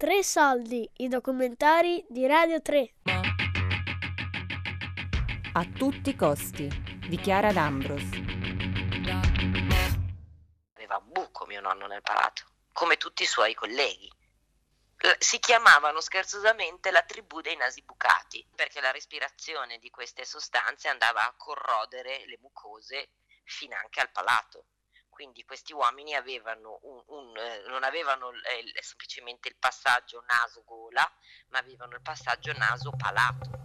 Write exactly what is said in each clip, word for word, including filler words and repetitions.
Tre soldi, i documentari di Radio tre. A tutti i costi, di Chiara D'Ambros. Aveva un buco mio nonno nel palato, come tutti i suoi colleghi. Si chiamavano scherzosamente la tribù dei nasi bucati, perché la respirazione di queste sostanze andava a corrodere le mucose finanche al palato. Quindi questi uomini avevano un, un, eh, non avevano eh, semplicemente il passaggio naso-gola, ma avevano il passaggio naso-palato.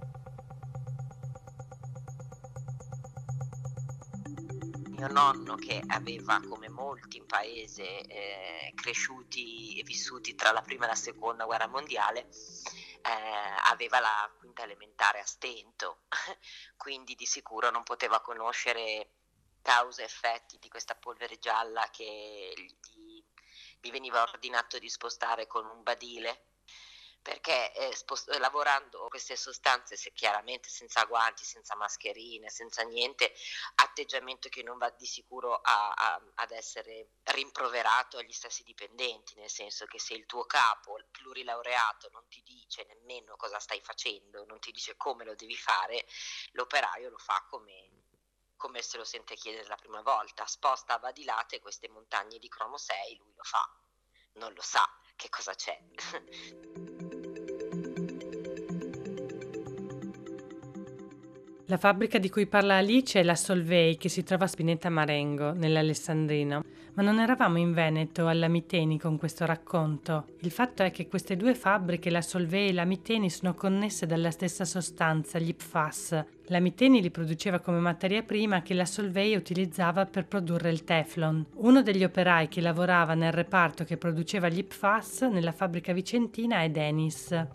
Mio nonno, che aveva, come molti in paese, eh, cresciuti e vissuti tra la prima e la seconda guerra mondiale, eh, aveva la quinta elementare a stento, quindi di sicuro non poteva conoscere cause e effetti di questa polvere gialla che gli, gli veniva ordinato di spostare con un badile, perché eh, spost- lavorando queste sostanze, se chiaramente senza guanti, senza mascherine, senza niente, atteggiamento che non va di sicuro a, a, ad essere rimproverato agli stessi dipendenti, nel senso che se il tuo capo, il plurilaureato, non ti dice nemmeno cosa stai facendo, non ti dice come lo devi fare, l'operaio lo fa come, come se lo sente chiedere la prima volta, sposta a badilate queste montagne di cromo sei, lui lo fa, non lo sa che cosa c'è. La fabbrica di cui parla Alice è la Solvay, che si trova a Spinetta Marengo, nell'Alessandrino. Ma non eravamo in Veneto, alla Miteni, con questo racconto. Il fatto è che queste due fabbriche, la Solvay e la Miteni, sono connesse dalla stessa sostanza, gli P F A S. La Miteni li produceva come materia prima che la Solvay utilizzava per produrre il Teflon. Uno degli operai che lavorava nel reparto che produceva gli P F A S nella fabbrica vicentina è Denis.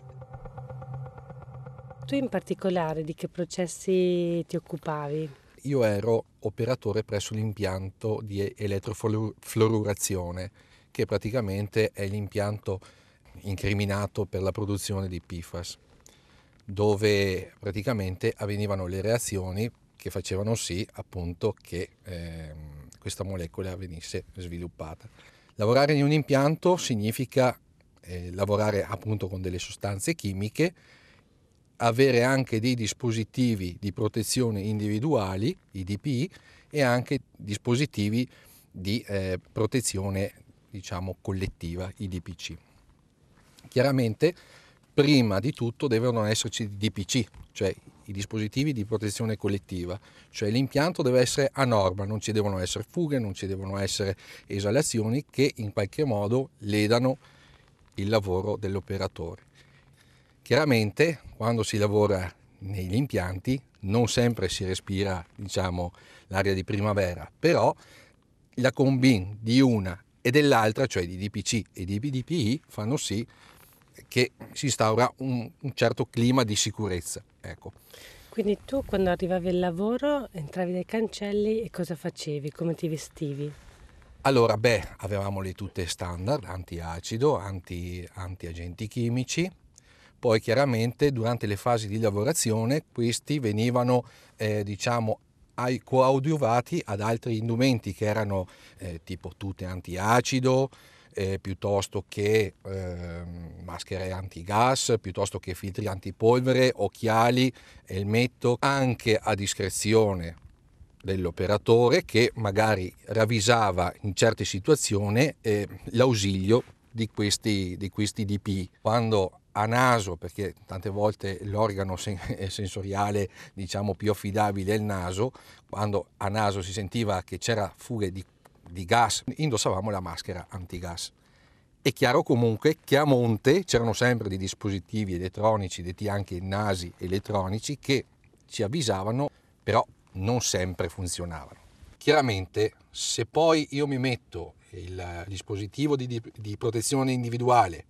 Tu in particolare di che processi ti occupavi? Io ero operatore presso l'impianto di elettrofluorazione, che praticamente è l'impianto incriminato per la produzione di P F A S, dove praticamente avvenivano le reazioni che facevano sì appunto che eh, questa molecola venisse sviluppata. Lavorare in un impianto significa eh, lavorare appunto con delle sostanze chimiche, avere anche dei dispositivi di protezione individuali, i D P I, e anche dispositivi di eh, protezione, diciamo, collettiva, i D P C. Chiaramente, prima di tutto devono esserci i D P C, cioè i dispositivi di protezione collettiva, cioè l'impianto deve essere a norma, non ci devono essere fughe, non ci devono essere esalazioni che in qualche modo ledano il lavoro dell'operatore. Chiaramente quando si lavora negli impianti non sempre si respira, diciamo, l'aria di primavera, però la combin di una e dell'altra, cioè di D P C e di D P I, fanno sì che si instaura un, un certo clima di sicurezza. Ecco. Quindi tu quando arrivavi al lavoro entravi dai cancelli e cosa facevi? Come ti vestivi? Allora, beh, avevamo le tute standard, antiacido, anti, anti-agenti chimici. Poi chiaramente durante le fasi di lavorazione questi venivano eh, diciamo coadiuvati ad altri indumenti che erano eh, tipo tute antiacido, eh, piuttosto che eh, maschere antigas, piuttosto che filtri antipolvere, occhiali, elmetto, anche a discrezione dell'operatore che magari ravvisava in certe situazioni eh, l'ausilio di questi, di questi D P I. Quando a naso, perché tante volte l'organo sensoriale diciamo più affidabile è il naso, quando a naso si sentiva che c'era fughe di, di gas, indossavamo la maschera antigas. È chiaro comunque che a monte c'erano sempre dei dispositivi elettronici, detti anche nasi elettronici, che ci avvisavano, però non sempre funzionavano. Chiaramente se poi io mi metto il dispositivo di, di protezione individuale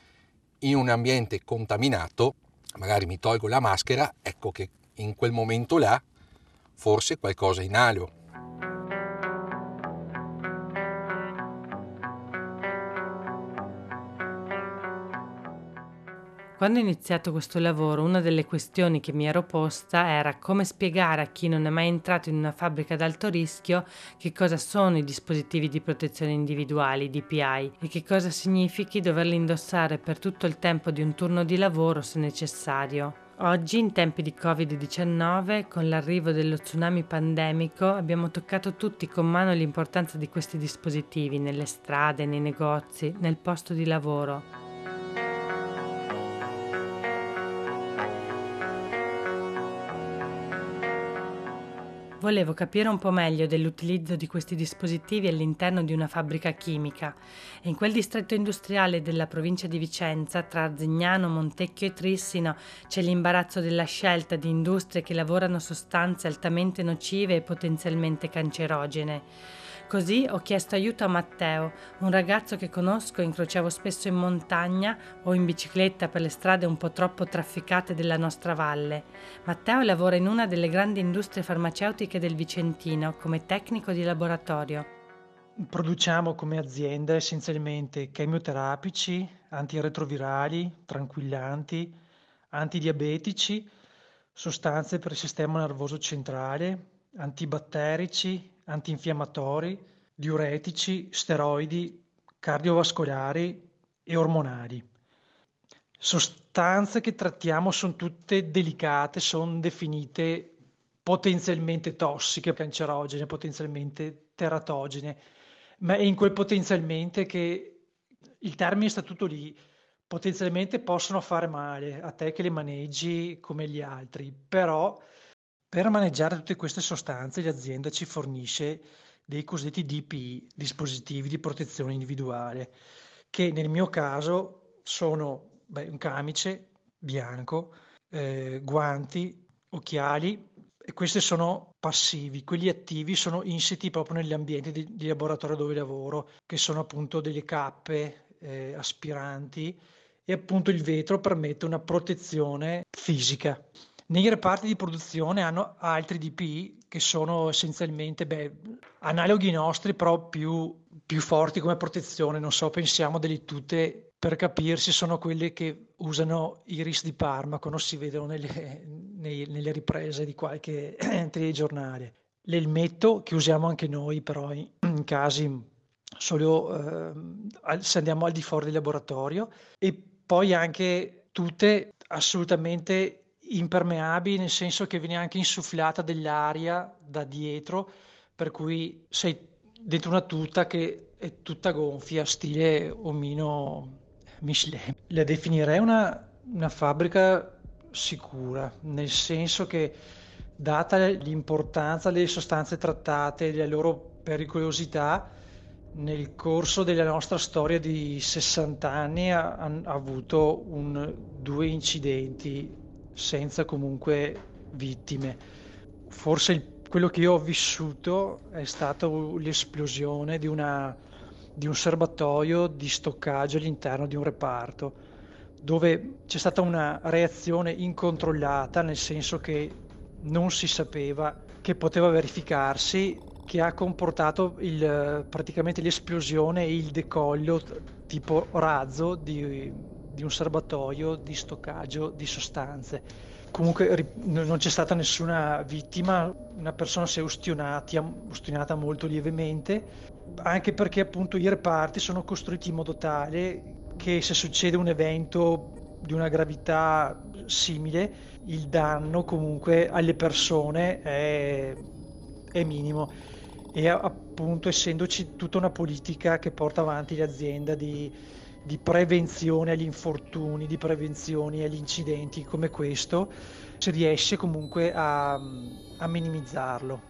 in un ambiente contaminato, magari mi tolgo la maschera, ecco che in quel momento là forse qualcosa inalo. Quando Quando ho iniziato questo lavoro, una delle questioni che mi ero posta era come spiegare a chi non è mai entrato in una fabbrica ad alto rischio che cosa sono i dispositivi di protezione individuali, D P I, e che cosa significhi doverli indossare per tutto il tempo di un turno di lavoro se necessario. Oggi, in tempi di covid diciannove, con l'arrivo dello tsunami pandemico, abbiamo toccato tutti con mano l'importanza di questi dispositivi nelle strade, nei negozi, nel posto di lavoro. Volevo capire un po' meglio dell'utilizzo di questi dispositivi all'interno di una fabbrica chimica e in quel distretto industriale della provincia di Vicenza, tra Arzignano, Montecchio e Trissino, c'è l'imbarazzo della scelta di industrie che lavorano sostanze altamente nocive e potenzialmente cancerogene. Così ho chiesto aiuto a Matteo, un ragazzo che conosco e incrociavo spesso in montagna o in bicicletta per le strade un po' troppo trafficate della nostra valle. Matteo lavora in una delle grandi industrie farmaceutiche del Vicentino come tecnico di laboratorio. Produciamo come azienda essenzialmente chemioterapici, antiretrovirali, tranquillanti, antidiabetici, sostanze per il sistema nervoso centrale, antibatterici, antinfiammatori, diuretici, steroidi, cardiovascolari e ormonali. Sostanze che trattiamo sono tutte delicate, sono definite potenzialmente tossiche, cancerogene, potenzialmente teratogene, ma è in quel potenzialmente che il termine sta tutto lì. Potenzialmente possono fare male a te che le maneggi come gli altri, però per maneggiare tutte queste sostanze l'azienda ci fornisce dei cosiddetti D P I, dispositivi di protezione individuale, che nel mio caso sono beh, un camice bianco, eh, guanti, occhiali, e questi sono passivi. Quelli attivi sono insiti proprio negli ambienti di, di laboratorio dove lavoro, che sono appunto delle cappe eh, aspiranti, e appunto il vetro permette una protezione fisica. Nei reparti di produzione hanno altri D P I che sono essenzialmente beh, analoghi nostri, però più, più forti come protezione. Non so, pensiamo delle tute, per capirsi, sono quelle che usano i R I S di Parma, quando si vedono nelle, nei, nelle riprese di qualche telegiornale. L'elmetto che usiamo anche noi, però in, in casi solo eh, se andiamo al di fuori del laboratorio, e poi anche tute assolutamente impermeabili, nel senso che viene anche insufflata dell'aria da dietro, per cui sei dentro una tuta che è tutta gonfia, stile omino Michelin. La definirei una, una fabbrica sicura, nel senso che, data l'importanza delle sostanze trattate e la loro pericolosità, nel corso della nostra storia di sessanta anni ha, ha avuto un, due incidenti senza comunque vittime. Forse il, quello che io ho vissuto è stata l'esplosione di, una, di un serbatoio di stoccaggio all'interno di un reparto, dove c'è stata una reazione incontrollata, nel senso che non si sapeva che poteva verificarsi, che ha comportato il, praticamente l'esplosione e il decollo tipo razzo di, di un serbatoio di stoccaggio di sostanze. Comunque non c'è stata nessuna vittima, una persona si è ustionata, ustionata molto lievemente, anche perché appunto i reparti sono costruiti in modo tale che se succede un evento di una gravità simile, il danno comunque alle persone è, è minimo. E appunto, essendoci tutta una politica che porta avanti l'azienda di, di prevenzione agli infortuni, di prevenzione agli incidenti come questo, si riesce comunque a, a minimizzarlo.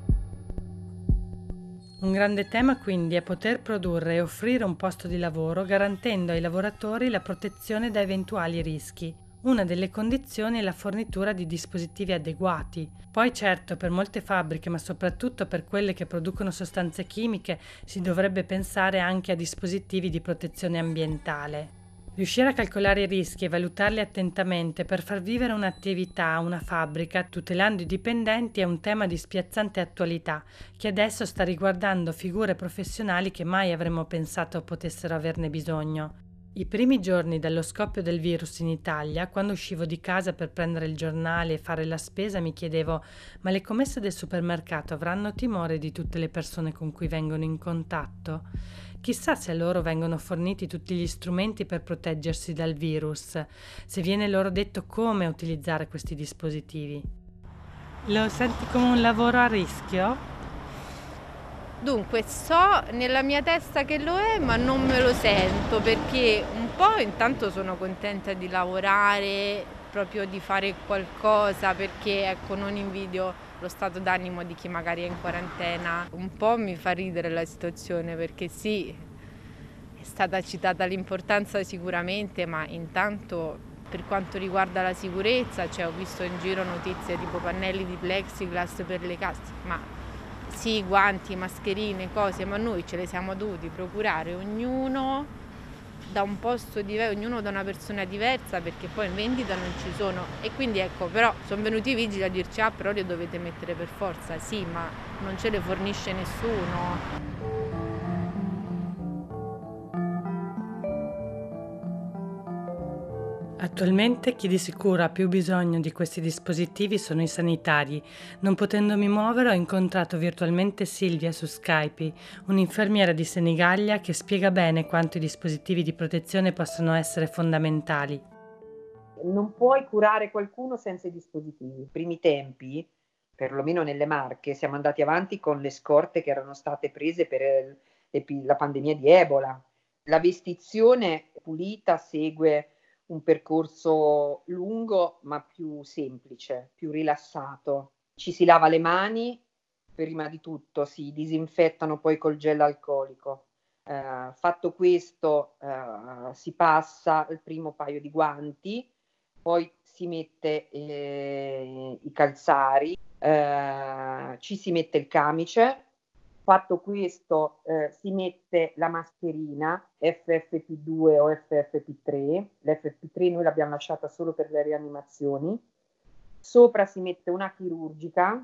Un grande tema quindi è poter produrre e offrire un posto di lavoro garantendo ai lavoratori la protezione da eventuali rischi. Una delle condizioni è la fornitura di dispositivi adeguati. Poi certo, per molte fabbriche, ma soprattutto per quelle che producono sostanze chimiche, si dovrebbe pensare anche a dispositivi di protezione ambientale. Riuscire a calcolare i rischi e valutarli attentamente per far vivere un'attività, una fabbrica, tutelando i dipendenti, è un tema di spiazzante attualità, che adesso sta riguardando figure professionali che mai avremmo pensato potessero averne bisogno. I primi giorni dallo scoppio del virus in Italia, quando uscivo di casa per prendere il giornale e fare la spesa, mi chiedevo: ma le commesse del supermercato avranno timore di tutte le persone con cui vengono in contatto? Chissà se a loro vengono forniti tutti gli strumenti per proteggersi dal virus, se viene loro detto come utilizzare questi dispositivi. Lo senti come un lavoro a rischio? Dunque, so nella mia testa che lo è, ma non me lo sento, perché un po' intanto sono contenta di lavorare, proprio di fare qualcosa, perché ecco, non invidio lo stato d'animo di chi magari è in quarantena. Un po' mi fa ridere la situazione, perché sì, è stata citata l'importanza sicuramente, ma intanto per quanto riguarda la sicurezza, cioè ho visto in giro notizie tipo pannelli di plexiglass per le casse, ma sì, guanti, mascherine, cose, ma noi ce le siamo dovuti procurare ognuno da un posto diverso, ognuno da una persona diversa, perché poi in vendita non ci sono. E quindi ecco, però sono venuti i vigili a dirci: ah, però le dovete mettere per forza. Sì, ma non ce le fornisce nessuno. Attualmente chi di sicuro ha più bisogno di questi dispositivi sono i sanitari. Non potendomi muovere, ho incontrato virtualmente Silvia su Skype, un'infermiera di Senigallia che spiega bene quanto i dispositivi di protezione possono essere fondamentali. Non puoi curare qualcuno senza i dispositivi. I primi tempi, perlomeno nelle Marche, siamo andati avanti con le scorte che erano state prese per la pandemia di Ebola. La vestizione pulita segue un percorso lungo ma più semplice, più rilassato. Ci si lava le mani, prima di tutto si disinfettano poi col gel alcolico. Eh, fatto questo eh, si passa il primo paio di guanti, poi si mette eh, i calzari, eh, ci si mette il camice. Fatto questo eh, si mette la mascherina F F P due o F F P tre, l'F F P tre noi l'abbiamo lasciata solo per le rianimazioni, sopra si mette una chirurgica,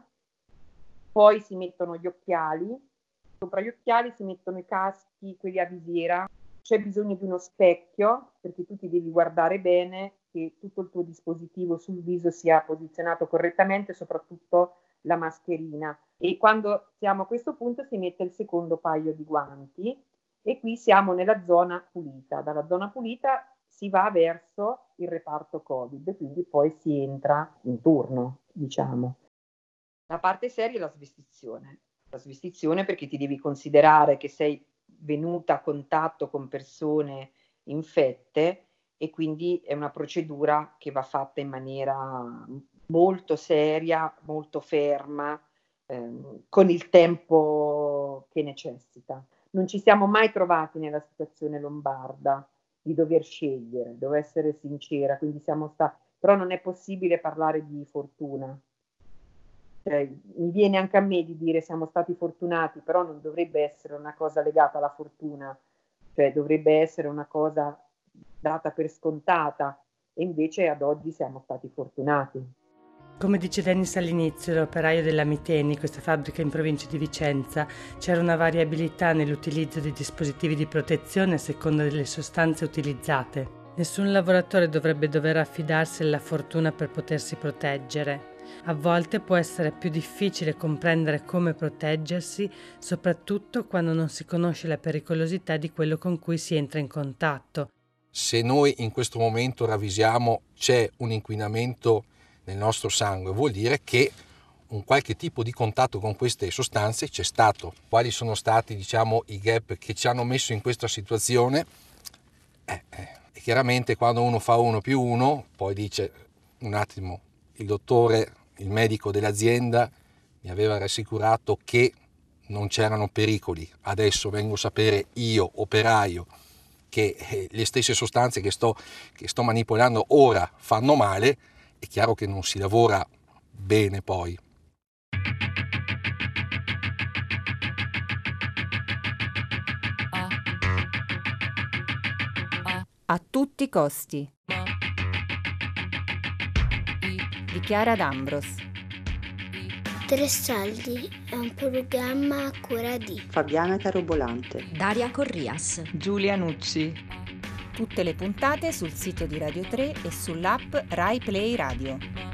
poi si mettono gli occhiali, sopra gli occhiali si mettono i caschi, quelli a visiera, c'è bisogno di uno specchio perché tu ti devi guardare bene che tutto il tuo dispositivo sul viso sia posizionato correttamente, soprattutto la mascherina. E quando siamo a questo punto si mette il secondo paio di guanti e qui siamo nella zona pulita. Dalla zona pulita si va verso il reparto Covid, quindi poi si entra in turno, diciamo. La parte seria è la svestizione. La svestizione perché ti devi considerare che sei venuta a contatto con persone infette e quindi è una procedura che va fatta in maniera molto seria, molto ferma, ehm, con il tempo che necessita. Non ci siamo mai trovati nella situazione lombarda di dover scegliere, devo essere sincera, quindi siamo stati, però non è possibile parlare di fortuna. Cioè, mi viene anche a me di dire siamo stati fortunati, però non dovrebbe essere una cosa legata alla fortuna, cioè dovrebbe essere una cosa data per scontata e invece ad oggi siamo stati fortunati. Come dice Dennis all'inizio, l'operaio della Miteni, questa fabbrica in provincia di Vicenza, c'era una variabilità nell'utilizzo di dispositivi di protezione a seconda delle sostanze utilizzate. Nessun lavoratore dovrebbe dover affidarsi alla fortuna per potersi proteggere. A volte può essere più difficile comprendere come proteggersi, soprattutto quando non si conosce la pericolosità di quello con cui si entra in contatto. Se noi in questo momento ravvisiamo c'è un inquinamento nel nostro sangue, vuol dire che un qualche tipo di contatto con queste sostanze c'è stato. Quali sono stati, diciamo, i gap che ci hanno messo in questa situazione? Eh, eh. E chiaramente quando uno fa uno più uno, poi dice un attimo, il dottore, il medico dell'azienda mi aveva rassicurato che non c'erano pericoli. Adesso vengo a sapere io, operaio, che le stesse sostanze che sto, che sto manipolando ora fanno male. È chiaro che non si lavora bene poi. A tutti i costi. Di Chiara D'Ambros. Tre Saldi è un programma a cura di Fabiana Carobolante, Daria Corrias, Giulia Nucci, Tutte le puntate sul sito di Radio tre e sull'app Rai Play Radio.